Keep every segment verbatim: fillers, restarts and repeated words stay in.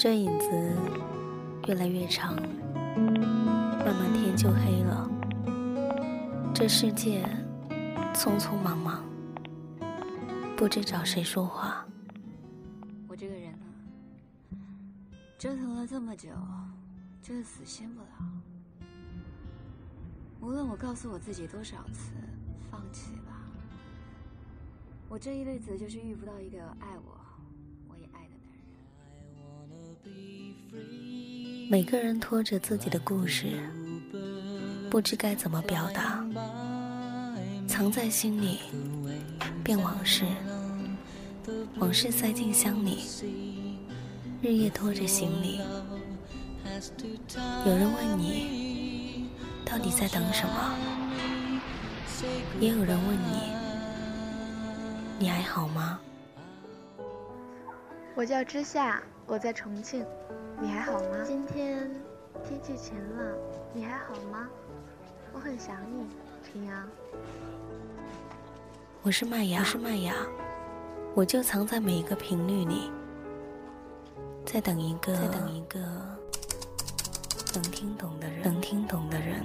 这影子越来越长，慢慢天就黑了。这世界匆匆忙忙，不知找谁说话。 我这个人呢，折腾了这么久，就是死心不了。无论我告诉我自己多少次放弃吧，我这一辈子就是遇不到一个爱我我也爱的男人。 每个人拖着自己的故事，不知该怎么表达，藏在心里变往事，往事塞进箱里，日夜拖着行李。有人问你到底在等什么，也有人问你你还好吗？ 我叫之夏，我在重庆，你还好吗？今天天气晴了，你还好吗？我很想你，平阳。 我是麦芽，我是麦芽，我就藏在每一个频率里，在等一个，在等一个能听懂的人，能听懂的人。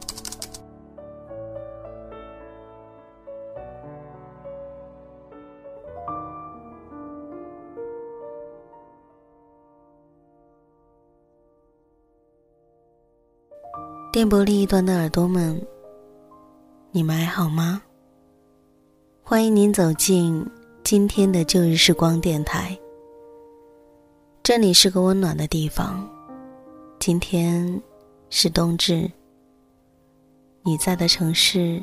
电波另一端的耳朵们，你们还好吗？欢迎您走进今天的旧日时光电台，这里是个温暖的地方。今天是冬至，你在的城市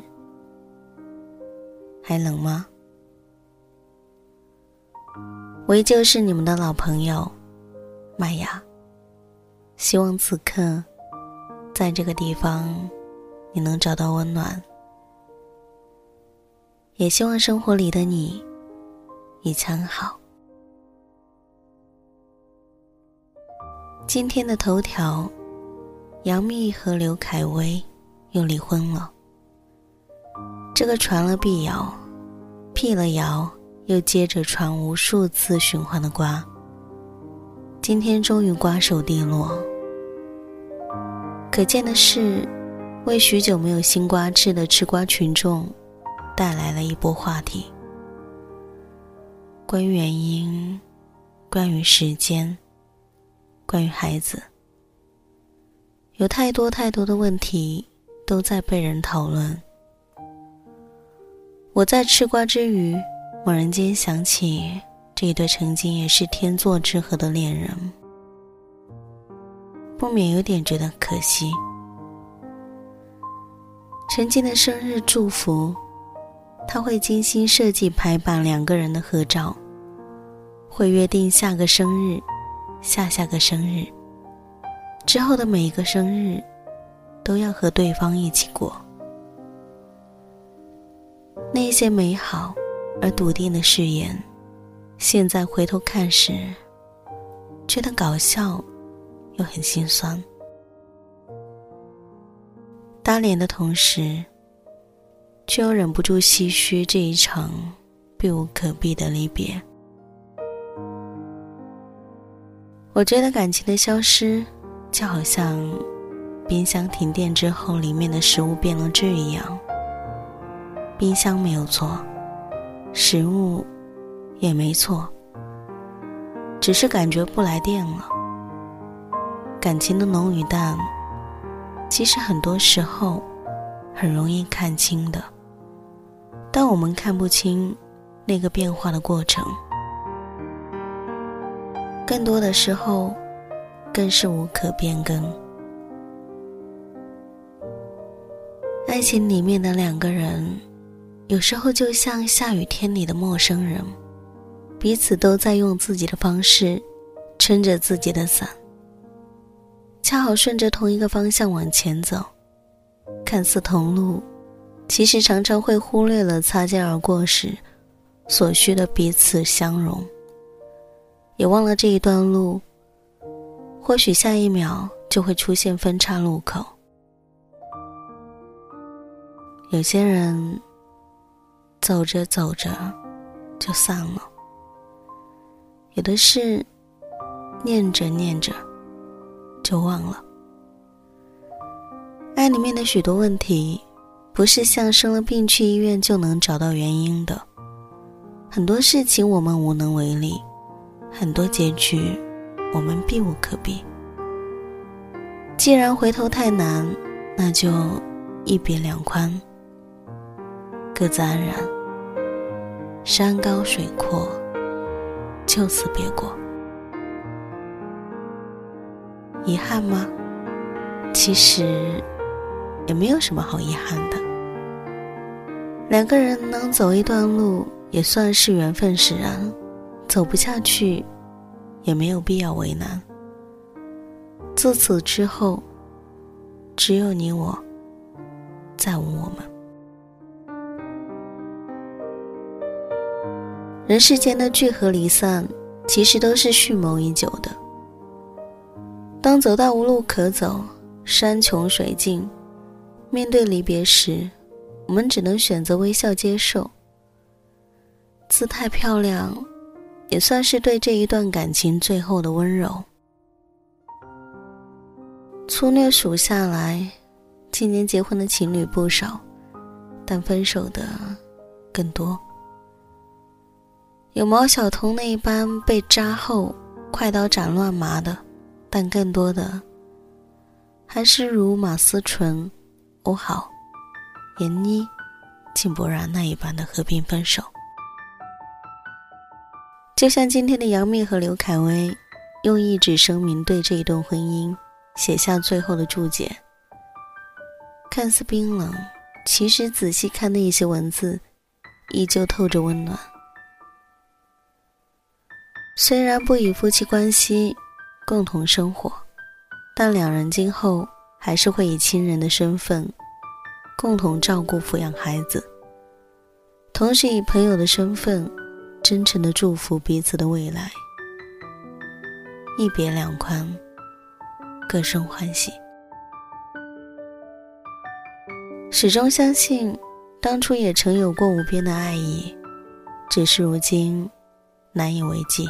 还冷吗？我依旧是你们的老朋友麦芽，希望此刻在这个地方你能找到温暖，也希望生活里的你一切好。今天的头条，杨幂和刘恺威又离婚了。这个传了辟谣，辟了谣，又接着传无数次循环的瓜，今天终于瓜熟蒂落。可见的是，为许久没有新瓜吃的吃瓜群众带来了一波话题。关于原因，关于时间，关于孩子，有太多太多的问题都在被人讨论。我在吃瓜之余，猛然间想起这一对曾经也是天作之合的恋人，不免有点觉得可惜。曾经的生日祝福，他会精心设计排版两个人的合照，会约定下个生日，下下个生日，之后的每一个生日都要和对方一起过。那些美好而笃定的誓言，现在回头看时，觉得搞笑又很心酸。打脸的同时，却又忍不住唏嘘这一场避无可避的离别。我觉得感情的消失，就好像冰箱停电之后里面的食物变了质一样。冰箱没有错，食物也没错，只是感觉不来电了。感情的浓与淡，其实很多时候很容易看清的，但我们看不清那个变化的过程，更多的时候更是无可变更。爱情里面的两个人，有时候就像下雨天里的陌生人，彼此都在用自己的方式撑着自己的伞，恰好顺着同一个方向往前走，看似同路，其实常常会忽略了擦肩而过时所需的彼此相容，也忘了这一段路或许下一秒就会出现分岔路口。有些人走着走着就散了，有的事念着念着就忘了。爱里面的许多问题，不是像生了病去医院就能找到原因的。很多事情我们无能为力，很多结局我们避无可避。既然回头太难，那就一别两宽，各自安然，山高水阔，就此别过。遗憾吗？其实也没有什么好遗憾的。两个人能走一段路，也算是缘分使然，走不下去，也没有必要为难。自此之后，只有你我，再无我们。人世间的聚合离散，其实都是蓄谋已久的。当走到无路可走，山穷水尽，面对离别时，我们只能选择微笑接受。姿态漂亮，也算是对这一段感情最后的温柔。粗略数下来，今年结婚的情侣不少，但分手的更多。有毛晓彤那一般被扎后快刀斩乱麻的，但更多的还是如马思纯、欧豪、闫妮、金博然那一般的和平分手。就像今天的杨幂和刘恺威用一纸声明对这一段婚姻写下最后的注解。看似冰冷，其实仔细看那些文字依旧透着温暖。虽然不以夫妻关系共同生活，但两人今后还是会以亲人的身份共同照顾抚养孩子，同时以朋友的身份真诚地祝福彼此的未来。一别两宽，各生欢喜。始终相信当初也曾有过无边的爱意，只是如今难以为继。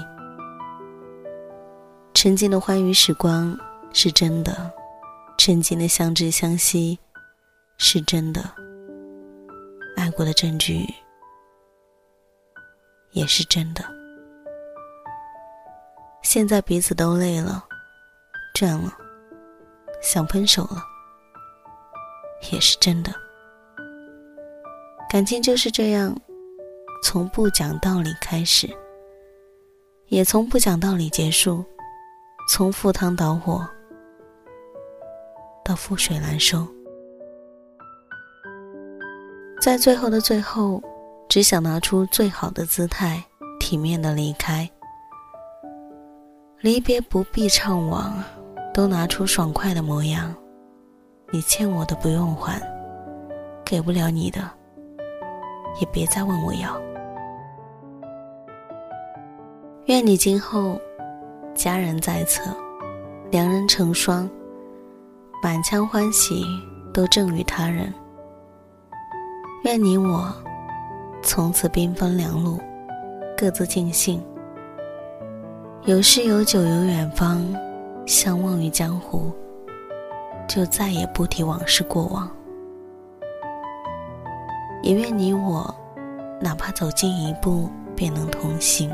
曾经的欢愉时光是真的，曾经的相知相惜是真的，爱过的证据也是真的。现在彼此都累了，倦了，想分手了，也是真的。感情就是这样，从不讲道理开始，也从不讲道理结束，从赴汤蹈火到覆水难收。在最后的最后，只想拿出最好的姿态，体面的离开。离别不必怅惘，都拿出爽快的模样。你欠我的不用还，给不了你的也别再问我要。愿你今后家人在侧，良人成双，满腔欢喜都赠予他人。愿你我从此兵分两路，各自尽兴。有诗有酒有远方，相忘于江湖，就再也不提往事过往。也愿你我哪怕走近一步便能同行，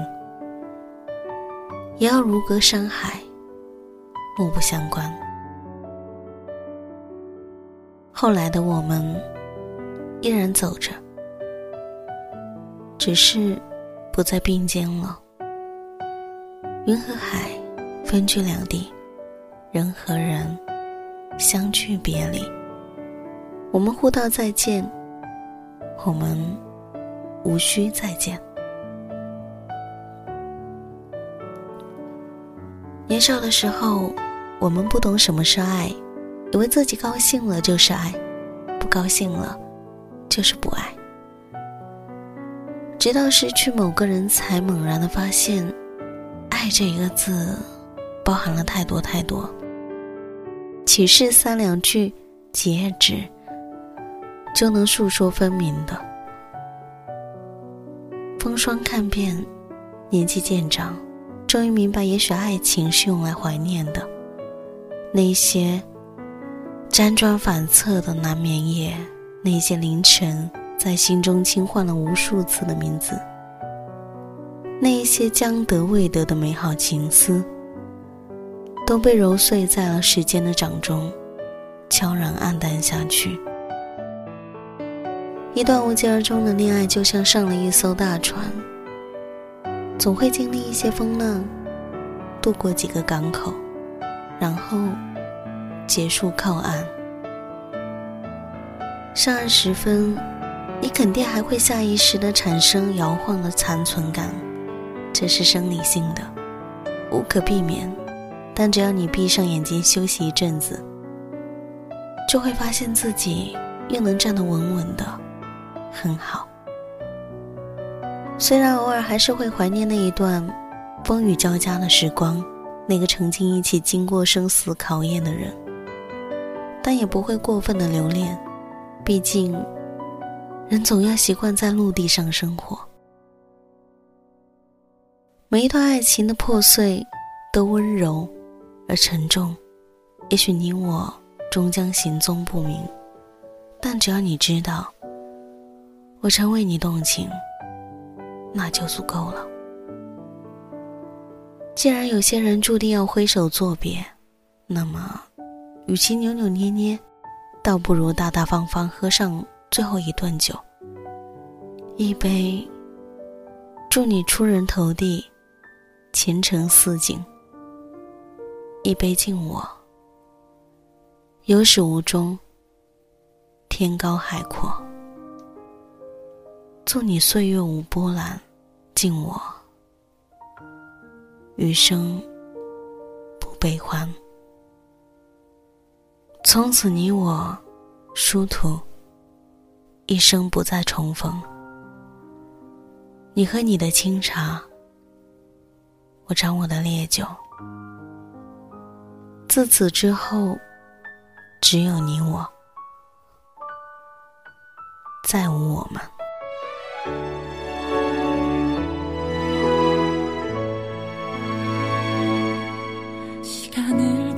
也要如隔山海，目不相关。后来的我们依然走着，只是不再并肩了。云和海分居两地，人和人相聚别离。我们互道再见，我们无需再见。年少的时候，我们不懂什么是爱，以为自己高兴了就是爱，不高兴了就是不爱。直到失去某个人，才猛然地发现，爱这一个字包含了太多太多。岂是三两句结纸就能述说分明的？风霜看遍，年纪渐长， 终于明白，也许爱情是用来怀念的。那些辗转反侧的难眠夜，那些凌晨在心中轻唤了无数次的名字，那些将得未得的美好情思，都被揉碎在了时间的掌中，悄然黯淡下去。一段无疾而终的恋爱，就像上了一艘大船，总会经历一些风浪，渡过几个港口，然后结束靠岸。上岸时分，你肯定还会下意识地产生摇晃的残存感，这是生理性的，无可避免。但只要你闭上眼睛休息一阵子，就会发现自己又能站得稳稳的，很好。虽然偶尔还是会怀念那一段风雨交加的时光，那个曾经一起经过生死考验的人，但也不会过分的留恋，毕竟人总要习惯在陆地上生活。每一段爱情的破碎都温柔而沉重，也许你我终将行踪不明，但只要你知道我曾为你动情，那就足够了。既然有些人注定要挥手作别，那么与其扭扭捏捏，倒不如大大方方喝上最后一顿酒，一杯祝你出人头地，前程似锦，一杯敬我有始无终，天高海阔。祝你岁月无波澜，敬我余生不悲欢。从此你我殊途，一生不再重逢。你喝你的清茶，我尝我的烈酒。自此之后，只有你我，再无我们。 시간을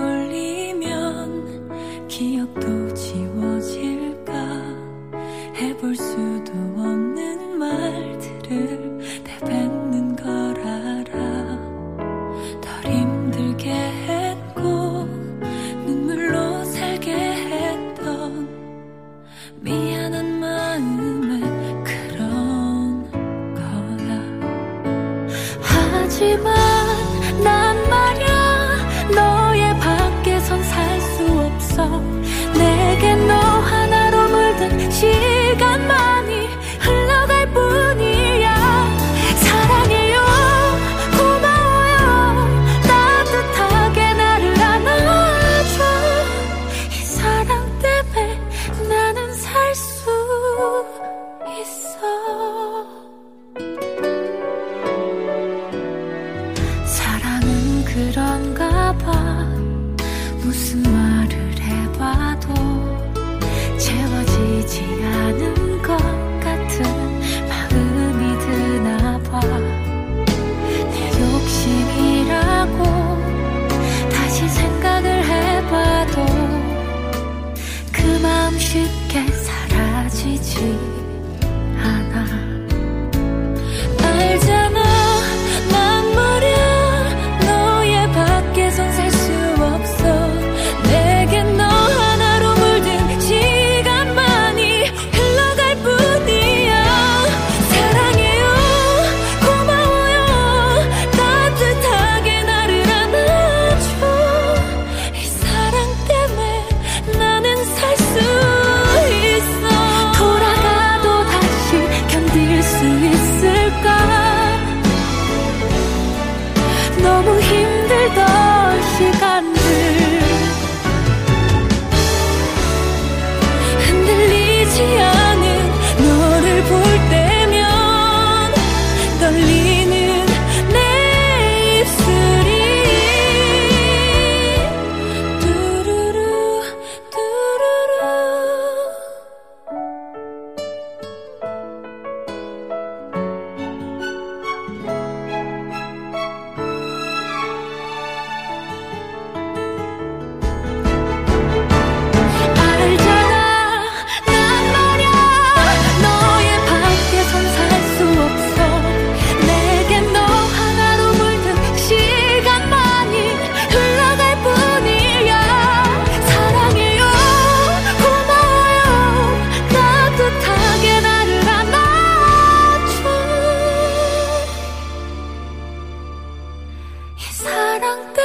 되돌리면 기억도 지워질까 해볼 수도 없는 말들을 내뱉는 걸 알아 덜 힘들게 했고 눈물로 살게 했던 미안한 마음에 그런 거야 하지만 난 말야 너의 밖에선 살 수 없어 내게 너 하나로 물든 시간만이 흘러갈 뿐이야 사랑해요 고마워요 따뜻하게 나를 안아줘 이 사랑 때문에 나는 살 수 있어 사랑은 그런가 봐 무슨 말을 해봐도 채워지지 않은 것 같은 마음이 드나 봐 내 욕심이라고 다시 생각을 해봐도 그 마음 쉽게 사라지지 않아 알잖아 난 말야 너의 밖에선 살 수 없어 내겐 너 하나로 물든 시간만이 흘러갈 뿐이야 사랑해요 고마워요 따뜻하게 나를 안아줘 이 사랑 때문에 나는 살 수 있어 돌아가도 다시 견딜 수 있을까 너무 힘들던 시간들 흔들리지 않은 너를 볼 때면 떨리는 내 입술이 뚜루루 뚜루루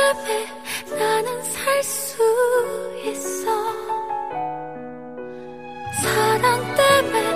때문에 나는 살 수 있어 사랑 때문에